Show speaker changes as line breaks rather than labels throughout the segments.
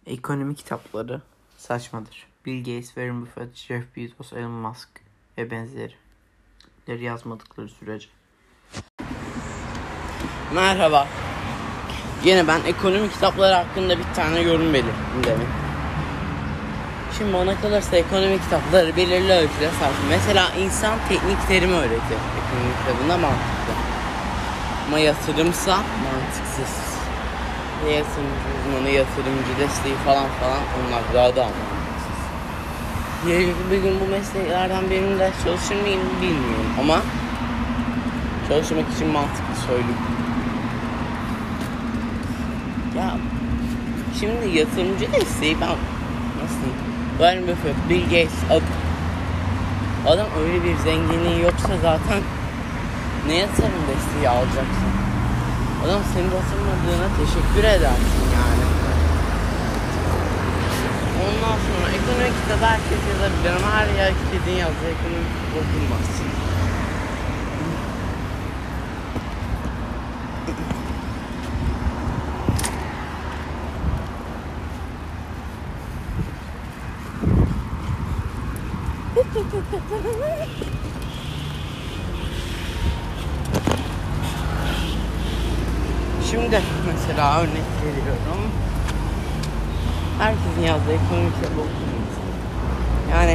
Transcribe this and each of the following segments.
Ekonomi kitapları saçmadır. Bill Gates, Warren Buffett, Jeff Bezos, Elon Musk ve benzeri yazmadıkları sürece.
Merhaba. Yine ben ekonomi kitapları hakkında bir tane yorum belirttim demin. Şimdi bana kalırsa ekonomi kitapları belirli ölçüde saçma. Mesela insan teknik terimi öğretir ekonomi kitabında, mantıklı. Ama yatırımsa mantıksız. Yatırımcı uzmanı, yatırımcı desteği falan onlar daha da mantıksız. Bir gün bu mesleklerden birinde çalışır mıyım bilmiyorum ama çalışmak için mantıklı söyleyeyim. Ya şimdi yatırımcı desteği ben nasıl diyeyim? Warren Buffett, Bill Gates adam öyle bir zenginliği yoksa zaten ne yatırım desteği alacaksın? Adam seni batırmadığına teşekkür edersin yani. Ondan sonra ekonomik kitabı herkes yazabilir ama her yer istediğin yazdığı ekonomik kitabı okunmaz. Şimdi mesela örnek veriyorum. Herkesin yazdığı ekonomik kitabı okuyoruz. Yani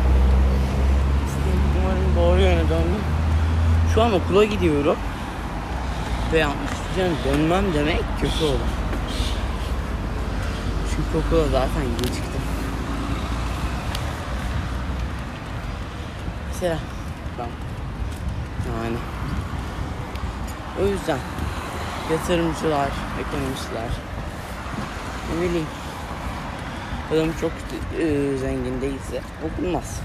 umarım doğru yöne döndüm. Şu an okula gidiyorum. Ve yanlış dönmem demek kötü olur. Çünkü okula zaten geciktim. Mesela yani o yüzden yatırımcılar, ekonomistler ne bileyim adam çok zengin değilse okunmaz.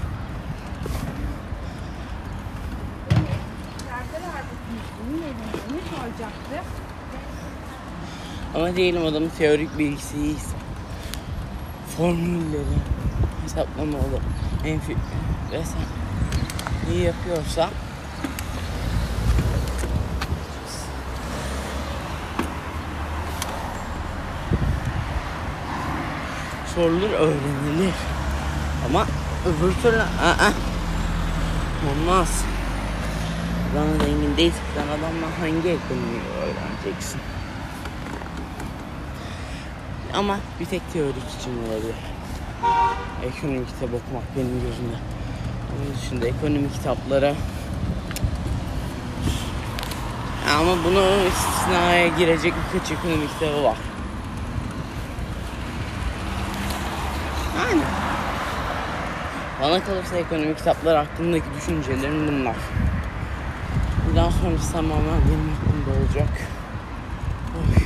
Ama diyelim adamın teorik bilgisi iyiyse, formülleri hesaplamalı, vesaire iyi yapıyorsa sorulur, öğrenilir. Ama öbür türlü olmaz. Adam zengin değilse adamla hangi ekonomiyi öğreneceksin? Ama bir tek teorik için olabilir. Ekonomi kitabı okumak benim gözümde. Onun dışında ekonomi kitapları ama bunu istisnaya girecek birkaç ekonomi kitabı var. Yani bana kalırsa ekonomi kitapları hakkındaki düşüncelerim bunlar. Bundan sonrası tamamen benim aklımda olacak. Oy.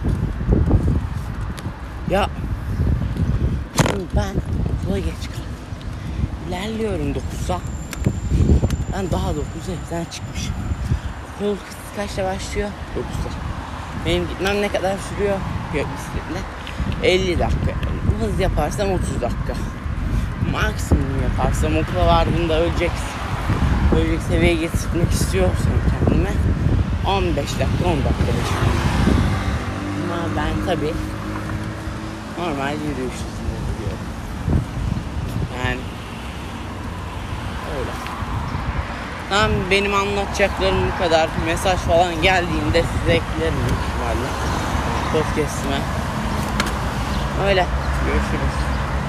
Ya şimdi ben okula geç kaldım. İlerliyorum 9'a. Ben daha 9'a evden çıkmışım. Okul kaçta başlıyor? 9'da. Benim gitmem ne kadar sürüyor? Bisikletle 50 dakika. Hız yaparsam 30 dakika. Maksimum yaparsam okula vardığımda öleceksin. Ölecek seviyeye getirmek istiyorsam kendime 15 dakika 10 dakika çıkıyorum. Ama ben tabii normal yürüyüş hızında gidiyorum. Yani öyle. Tamam, benim anlatacaklarım bu kadar. Mesaj falan geldiğinde size eklerim büyük ihtimalle podcast'ime. Öyle. Görüşürüz.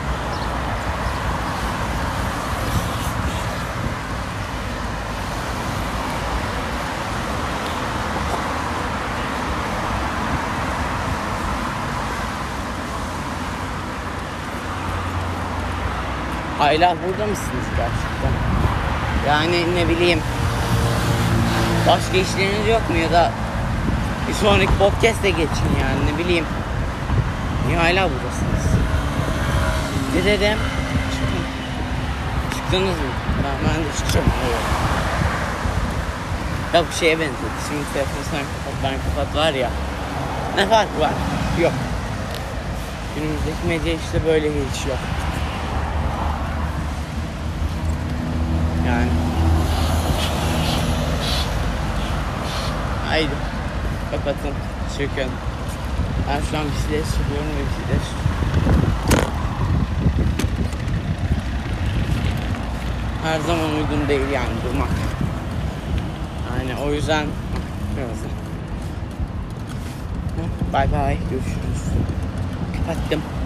Hala burada mısınız gerçekten? Yani ne bileyim, başka işleriniz yok mu ya da bir sonraki podcast'e geçin yani, ne bileyim. Niye hala buradasınız? Ne dedim? Çıktınız mı? Ben de çıkacağım. Ya bu şeye benzedi. Şimdi telefonu sen kapat ben kapat var ya. Ne farkı var? Yok. Günümüzdeki medya işte böyle gelişiyor. Yani. Haydi. Kapatın. Çıkın. Ben şu an bisiklet sürüyorum ve bisiklet her zaman uygun değil yani durmak. Yani o yüzden biraz. Bay bay, görüşürüz. Kapattım.